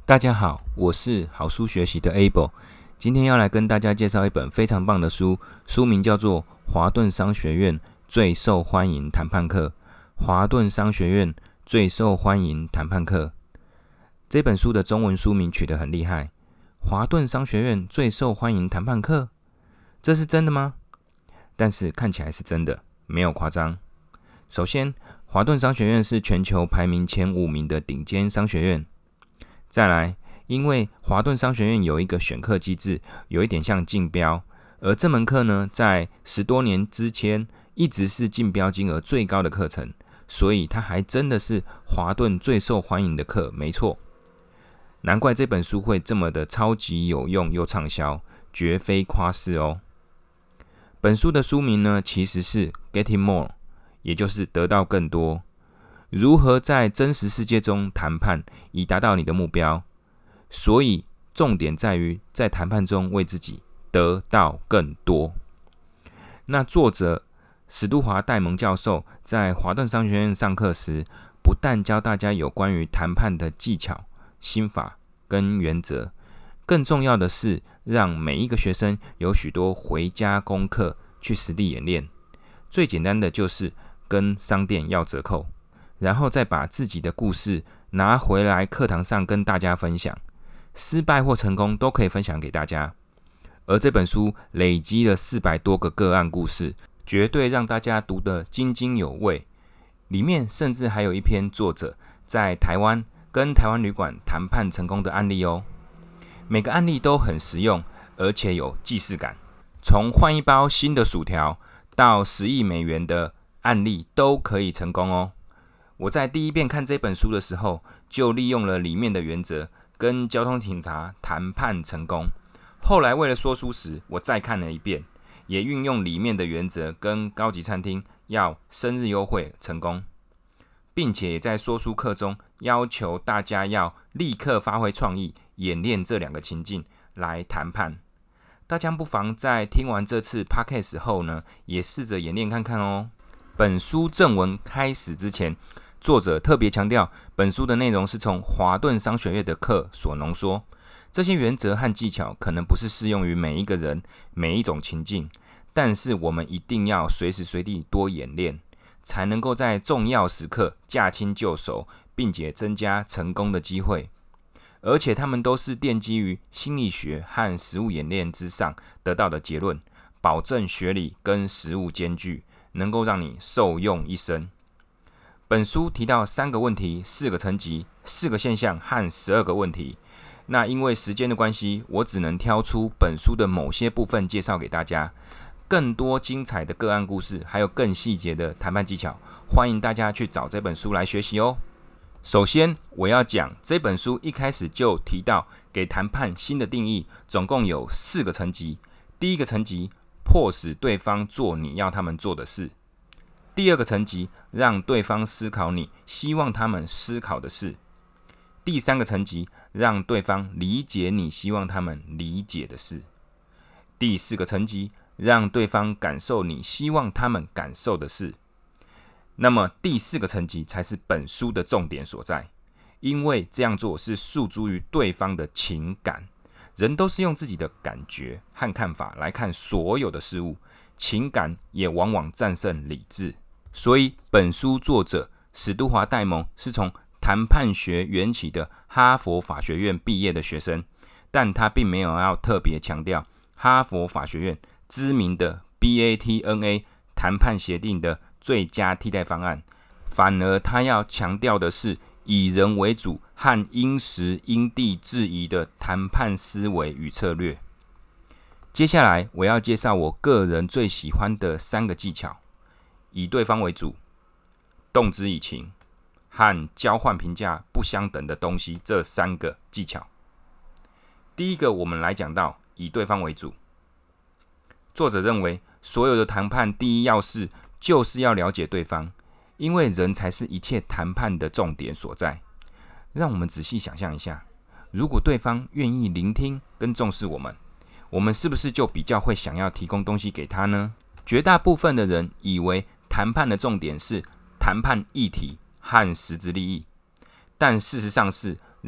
大家好，我是好书学习的 Able， 今天要来跟大家介绍一本非常棒的书，书名叫做《华顿商学院最受欢迎谈判课》。华顿商学院最受欢迎谈判课，这本书的中文书名取得很厉害。华顿商学院最受欢迎谈判课，这是真的吗？但是看起来是真的，没有夸张。首先，华顿商学院是全球排名前5名的顶尖商学院。再来，因为华顿商学院有一个选课机制，有一点像竞标，而这门课呢，在10多年之前一直是竞标金额最高的课程，所以它还真的是华顿最受欢迎的课，没错。难怪这本书会这么的超级有用又畅销，绝非夸饰哦。本书的书名呢，其实是 Getting More， 也就是得到更多。如何在真实世界中谈判，以达到你的目标？所以重点在于在谈判中为自己得到更多。那作者史都华·戴蒙教授在华顿商学院上课时，不但教大家有关于谈判的技巧、心法跟原则，更重要的是让每一个学生有许多回家功课去实地演练。最简单的就是跟商店要折扣，然后再把自己的故事拿回来课堂上跟大家分享，失败或成功都可以分享给大家。而这本书累积了400多个个案故事，绝对让大家读得津津有味。里面甚至还有一篇作者在台湾跟台湾旅馆谈判成功的案例哦。每个案例都很实用，而且有既视感。从换一包新的薯条到10亿美元的案例都可以成功哦。我在第一遍看这本书的时候，就利用了里面的原则，跟交通警察谈判成功。后来为了说书时，我再看了一遍，也运用里面的原则，跟高级餐厅要生日优惠成功，并且也在说书课中要求大家要立刻发挥创意，演练这2个情境来谈判。大家不妨在听完这次 Podcast 后呢，也试着演练看看哦。本书正文开始之前，作者特别强调，本书的内容是从华顿商学院的课所浓缩。这些原则和技巧可能不是适用于每一个人、每一种情境，但是我们一定要随时随地多演练，才能够在重要时刻驾轻就熟，并且增加成功的机会。而且他们都是奠基于心理学和实务演练之上得到的结论，保证学理跟实务兼具，能够让你受用一生。本书提到3个问题、4个层级、4个现象和12个问题。那因为时间的关系，我只能挑出本书的某些部分介绍给大家。更多精彩的个案故事，还有更细节的谈判技巧，欢迎大家去找这本书来学习哦。首先，我要讲这本书一开始就提到给谈判新的定义，总共有4个层级。第一个层级，迫使对方做你要他们做的事。第二个层级，让对方思考你希望他们思考的事。第3个层级，让对方理解你希望他们理解的事。第4个层级，让对方感受你希望他们感受的事。那么第4个层级才是本书的重点所在，因为这样做是诉诸于对方的情感。人都是用自己的感觉和看法来看所有的事物，情感也往往战胜理智。所以本书作者史都华·戴蒙是从谈判学缘起的哈佛法学院毕业的学生，但他并没有要特别强调哈佛法学院知名的 BATNA 谈判协定的最佳替代方案，反而他要强调的是以人为主和因时因地制宜的谈判思维与策略。接下来我要介绍我个人最喜欢的3个技巧：以对方为主、动之以情和交换评价不相等的东西，这3个技巧。第一个，我们来讲到以对方为主。作者认为，所有的谈判第一要事就是要了解对方，因为人才是一切谈判的重点所在。让我们仔细想象一下，如果对方愿意聆听跟重视我们，我们是不是就比较会想要提供东西给他呢？绝大部分的人以为谈判的重点是谈判议题和实质利益，但事实上是人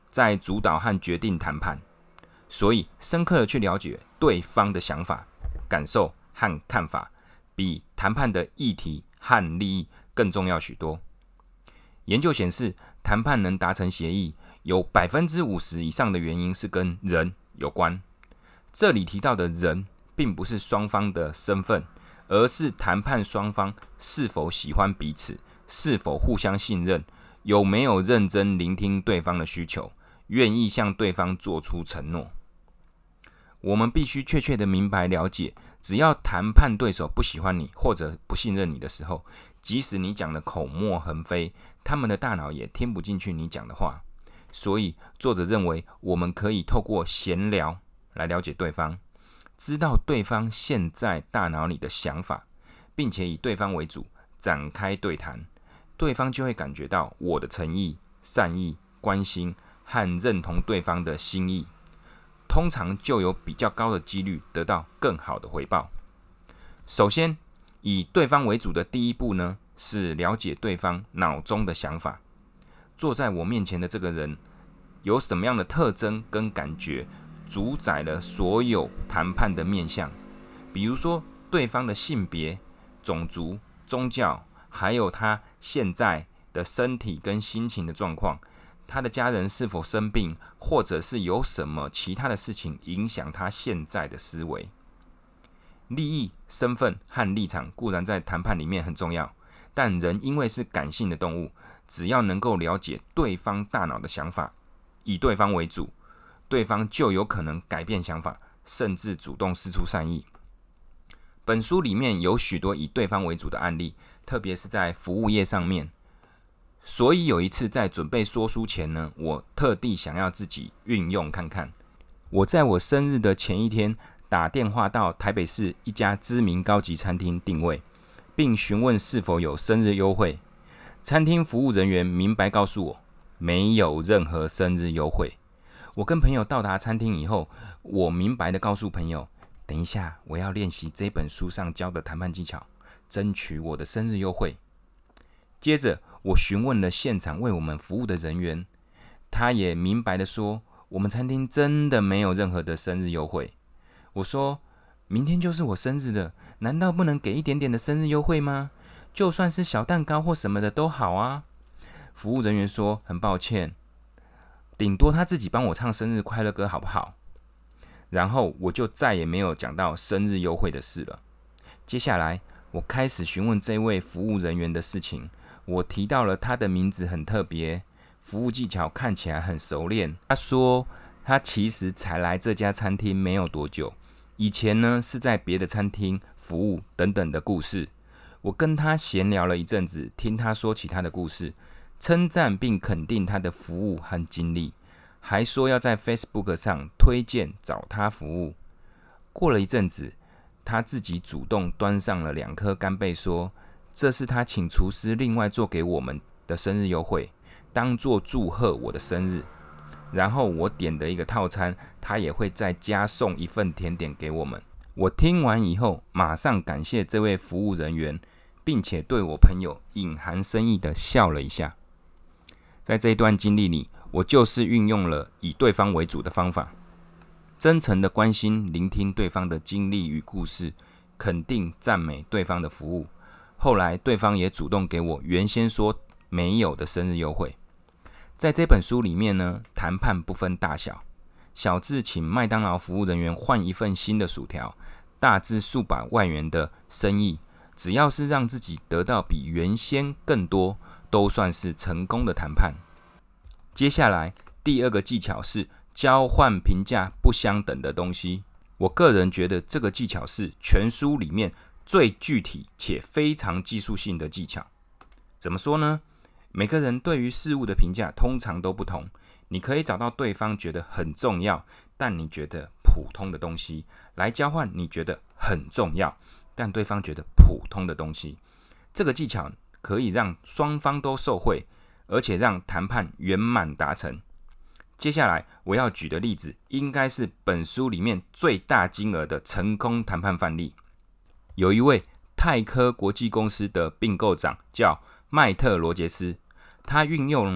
在主导和决定谈判，所以深刻的去了解对方的想法、感受和看法，比谈判的议题和利益更重要许多。研究显示，谈判能达成协议，有 50% 以上的原因是跟人有关。这里提到的人，并不是双方的身份，而是谈判双方是否喜欢彼此，是否互相信任，有没有认真聆听对方的需求，愿意向对方做出承诺。我们必须确切的明白了解，只要谈判对手不喜欢你或者不信任你的时候，即使你讲的口沫横飞，他们的大脑也听不进去你讲的话。所以作者认为，我们可以透过闲聊来了解对方，知道对方现在大脑里的想法，并且以对方为主展开对谈，对方就会感觉到我的诚意、善意、关心和认同对方的心意，通常就有比较高的几率得到更好的回报。首先，以对方为主的第一步呢，是了解对方脑中的想法。坐在我面前的这个人有什么样的特征跟感觉，主宰了所有谈判的面向。比如说，对方的性别、种族、宗教，还有他现在的身体跟心情的状况，他的家人是否生病，或者是有什么其他的事情影响他现在的思维。利益、身份和立场固然在谈判里面很重要，但人因为是感性的动物，只要能够了解对方大脑的想法，以对方为主，对方就有可能改变想法，甚至主动释出善意。本书里面有许多以对方为主的案例，特别是在服务业上面。所以有一次在准备说书前呢，我特地想要自己运用看看。我在我生日的前一天打电话到台北市一家知名高级餐厅定位，并询问是否有生日优惠。餐厅服务人员明白告诉我，没有任何生日优惠。我跟朋友到达餐厅以后，我明白的告诉朋友，等一下我要练习这本书上教的谈判技巧，争取我的生日优惠。接着我询问了现场为我们服务的人员，他也明白的说，我们餐厅真的没有任何的生日优惠。我说，明天就是我生日了，难道不能给一点点的生日优惠吗？就算是小蛋糕或什么的都好啊。服务人员说，很抱歉，顶多他自己帮我唱生日快乐歌好不好？然后我就再也没有讲到生日优惠的事了。接下来我开始询问这位服务人员的事情，我提到了他的名字很特别，服务技巧看起来很熟练。他说他其实才来这家餐厅没有多久，以前呢是在别的餐厅服务等等的故事。我跟他闲聊了一阵子，听他说起他的故事，称赞并肯定他的服务和经历，还说要在 Facebook 上推荐找他服务。过了一阵子，他自己主动端上了2颗干贝，说这是他请厨师另外做给我们的生日优惠，当作祝贺我的生日。然后我点的一个套餐，他也会再加送一份甜点给我们。我听完以后，马上感谢这位服务人员，并且对我朋友隐含深意的笑了一下。在这一段经历里，我就是运用了以对方为主的方法，真诚的关心、聆听对方的经历与故事，肯定、赞美对方的服务。后来对方也主动给我原先说没有的生日优惠。在这本书里面呢，谈判不分大小，小至请麦当劳服务人员换一份新的薯条，大至数百万元的生意，只要是让自己得到比原先更多，都算是成功的谈判。接下来第2个技巧是交换评价不相等的东西。我个人觉得这个技巧是全书里面最具体且非常技术性的技巧。怎么说呢？每个人对于事物的评价通常都不同，你可以找到对方觉得很重要，但你觉得普通的东西，来交换你觉得很重要，但对方觉得普通的东西。这个技巧可以让双方都受惠，而且让谈判圆满达成。接下来我要举的例子，应该是本书里面最大金额的成功谈判范例。有一位泰科国际公司的并购长叫麦特罗杰斯，他运用了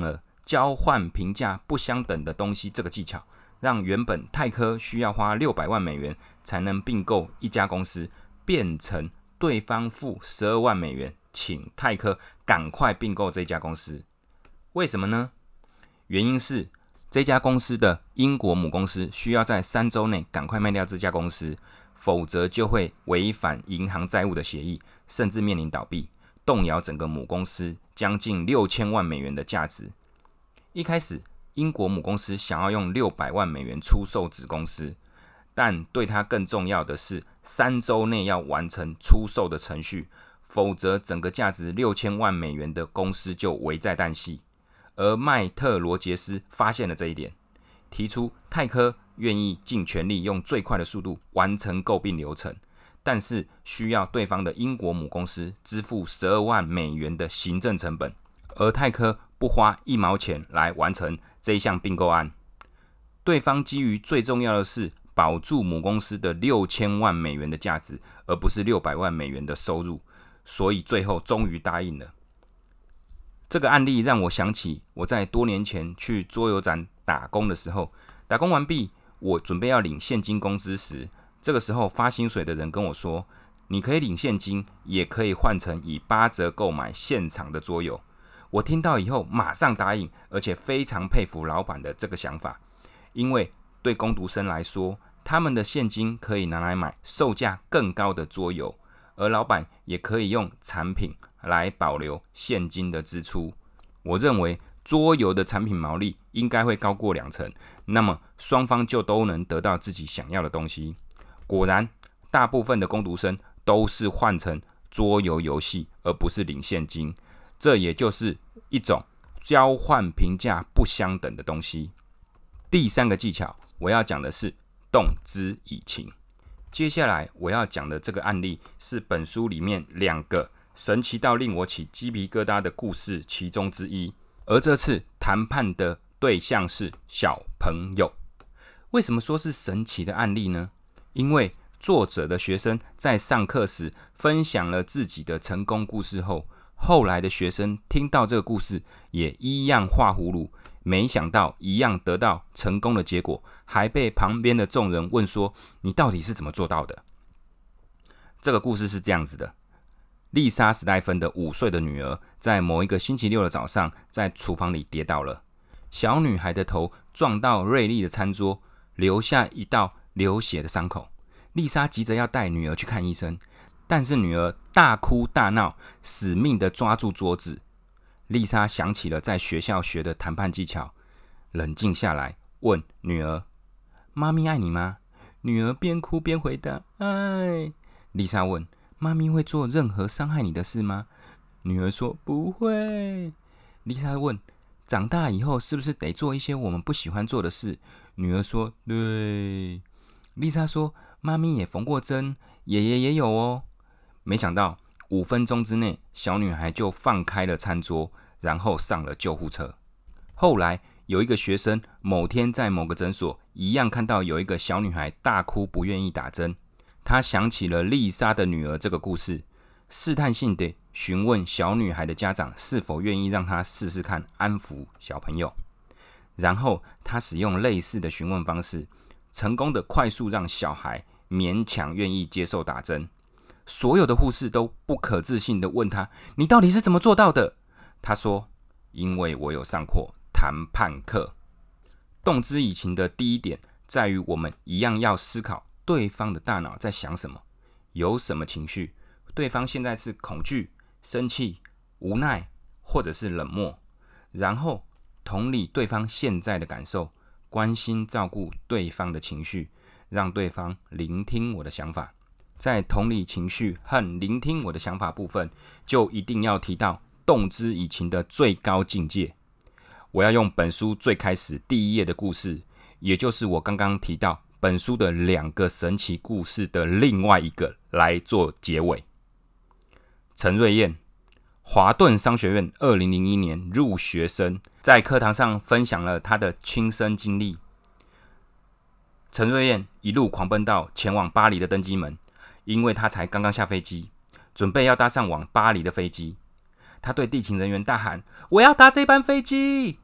交换评价不相等的东西这个技巧，让原本泰科需要花600万美元才能并购一家公司，变成对方付12万美元，请泰科赶快并购这家公司。为什么呢？原因是这家公司的英国母公司需要在3周内赶快卖掉这家公司，否则就会违反银行债务的协议，甚至面临倒闭，动摇整个母公司将近6000万美元的价值。一开始，英国母公司想要用600万美元出售子公司，但对它更重要的是3周内要完成出售的程序，否则整个价值6000万美元的公司就危在旦夕。而麦特罗杰斯发现了这一点，提出泰科愿意尽全力用最快的速度完成购并流程，但是需要对方的英国母公司支付12万美元的行政成本，而泰科不花1毛钱来完成这一项并购案。对方基于最重要的是保住母公司的6000万美元的价值，而不是600万美元的收入，所以最后终于答应了。这个案例让我想起我在多年前去桌游展打工的时候，打工完毕，我准备要领现金工资时，这个时候发薪水的人跟我说，你可以领现金，也可以换成以8折购买现场的桌游。我听到以后马上答应，而且非常佩服老板的这个想法，因为对工读生来说，他们的现金可以拿来买售价更高的桌游，而老板也可以用产品来保留现金的支出。我认为桌游的产品毛利应该会高过20%，那么双方就都能得到自己想要的东西。果然，大部分的工读生都是换成桌游游戏，而不是领现金。这也就是一种交换评价不相等的东西。第3个技巧，我要讲的是动之以情。接下来我要讲的这个案例是本书里面2个神奇到令我起鸡皮疙瘩的故事其中之一，而这次谈判的对象是小朋友。为什么说是神奇的案例呢？因为作者的学生在上课时分享了自己的成功故事后，后来的学生听到这个故事也一样画葫芦，没想到一样得到成功的结果，还被旁边的众人问说，你到底是怎么做到的？这个故事是这样子的，丽莎·史黛芬的5岁的女儿在某一个星期六的早上在厨房里跌倒了，小女孩的头撞到锐利的餐桌，留下一道流血的伤口。丽莎急着要带女儿去看医生，但是女儿大哭大闹，死命的抓住桌子。丽莎想起了在学校学的谈判技巧，冷静下来问女儿，妈咪爱你吗？女儿边哭边回答，爱。丽莎问，妈咪会做任何伤害你的事吗？女儿说，不会。丽莎问，长大以后是不是得做一些我们不喜欢做的事？女儿说，对。丽莎说，妈咪也缝过针，爷爷也有哦。没想到5分钟之内，小女孩就放开了餐桌，然后上了救护车。后来有一个学生某天在某个诊所一样看到有一个小女孩大哭不愿意打针，他想起了丽莎的女儿这个故事，试探性的询问小女孩的家长是否愿意让她试试看安抚小朋友，然后他使用类似的询问方式，成功的快速让小孩勉强愿意接受打针。所有的护士都不可置信的问他，你到底是怎么做到的？他说，因为我有上过谈判课。动之以情的第一点在于我们一样要思考对方的大脑在想什么，有什么情绪，对方现在是恐惧、生气、无奈或者是冷漠，然后同理对方现在的感受，关心照顾对方的情绪，让对方聆听我的想法。在同理情绪和聆听我的想法部分，就一定要提到动之以情的最高境界。我要用本书最开始第1页的故事，也就是我刚刚提到本书的2个神奇故事的另外一个来做结尾。陈瑞燕，华顿商学院2001年入学生，在课堂上分享了他的亲身经历。陈瑞燕一路狂奔到前往巴黎的登机门，因为他才刚刚下飞机，准备要搭上往巴黎的飞机。他对地勤人员大喊，我要搭这班飞机。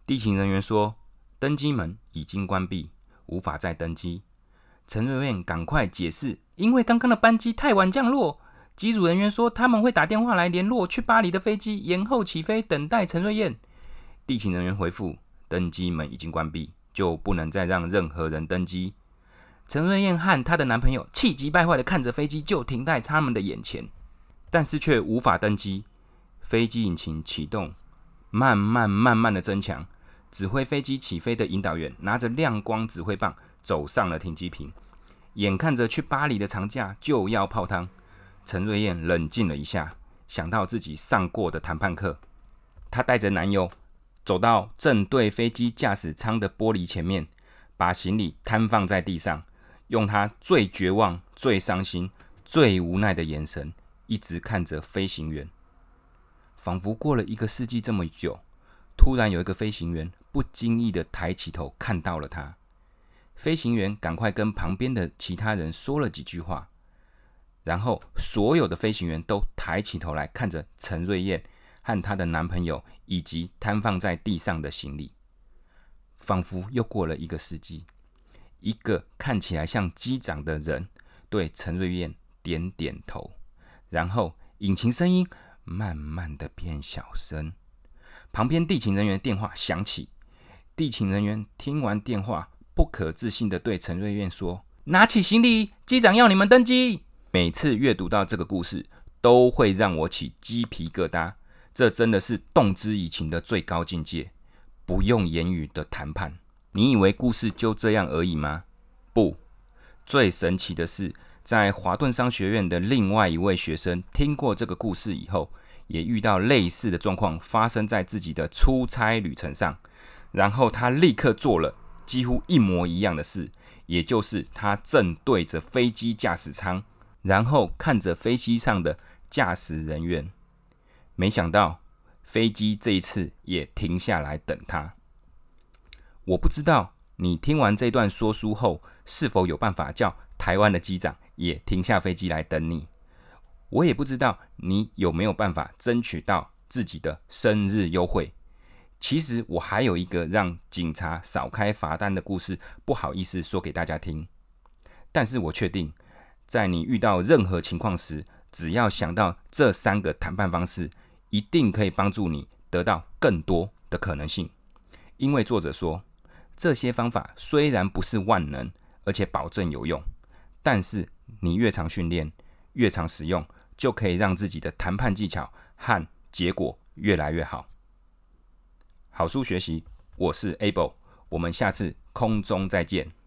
地勤人员说，登机门已经关闭，无法再登机。陈瑞燕赶快解释，因为刚刚的班机太晚降落，机组人员说他们会打电话来联络去巴黎的飞机延后起飞，等待陈瑞燕。地勤人员回复，登机门已经关闭，就不能再让任何人登机。陈瑞燕和她的男朋友气急败坏地看着飞机就停在他们的眼前，但是却无法登机。飞机引擎启动，慢慢的增强。指挥飞机起飞的引导员拿着亮光指挥棒走上了停机坪，眼看着去巴黎的长假就要泡汤。陈瑞燕冷静了一下，想到自己上过的谈判课，她带着男友走到正对飞机驾驶舱的玻璃前面，把行李摊放在地上，用她最绝望、最伤心、最无奈的眼神一直看着飞行员。仿佛过了1个世纪这么久，突然有一个飞行员不经意的抬起头看到了他。飞行员赶快跟旁边的其他人说了几句话，然后所有的飞行员都抬起头来看着陈瑞燕和她的男朋友以及摊放在地上的行李。仿佛又过了1个世纪，一个看起来像机长的人对陈瑞燕点点头，然后引擎声音慢慢的变小声。旁边地勤人员的电话响起，地勤人员听完电话，不可置信的对陈瑞燕说：“拿起行李，机长要你们登机。”每次阅读到这个故事，都会让我起鸡皮疙瘩。这真的是动之以情的最高境界，不用言语的谈判。你以为故事就这样而已吗？不，最神奇的是，在华顿商学院的另外一位学生听过这个故事以后，也遇到类似的状况发生在自己的出差旅程上，然后他立刻做了几乎一模一样的事，也就是他正对着飞机驾驶舱，然后看着飞机上的驾驶人员。没想到飞机这一次也停下来等他。我不知道你听完这段说书后，是否有办法叫台湾的机长也停下飞机来等你。我也不知道你有没有办法争取到自己的生日优惠。其实我还有一个让警察少开罚单的故事，不好意思说给大家听。但是我确定，在你遇到任何情况时，只要想到这3个谈判方式，一定可以帮助你得到更多的可能性。因为作者说，这些方法虽然不是万能，而且保证有用，但是你越常训练，越常使用，就可以让自己的谈判技巧和结果越来越好。好书学习，我是 Able， 我们下次空中再见。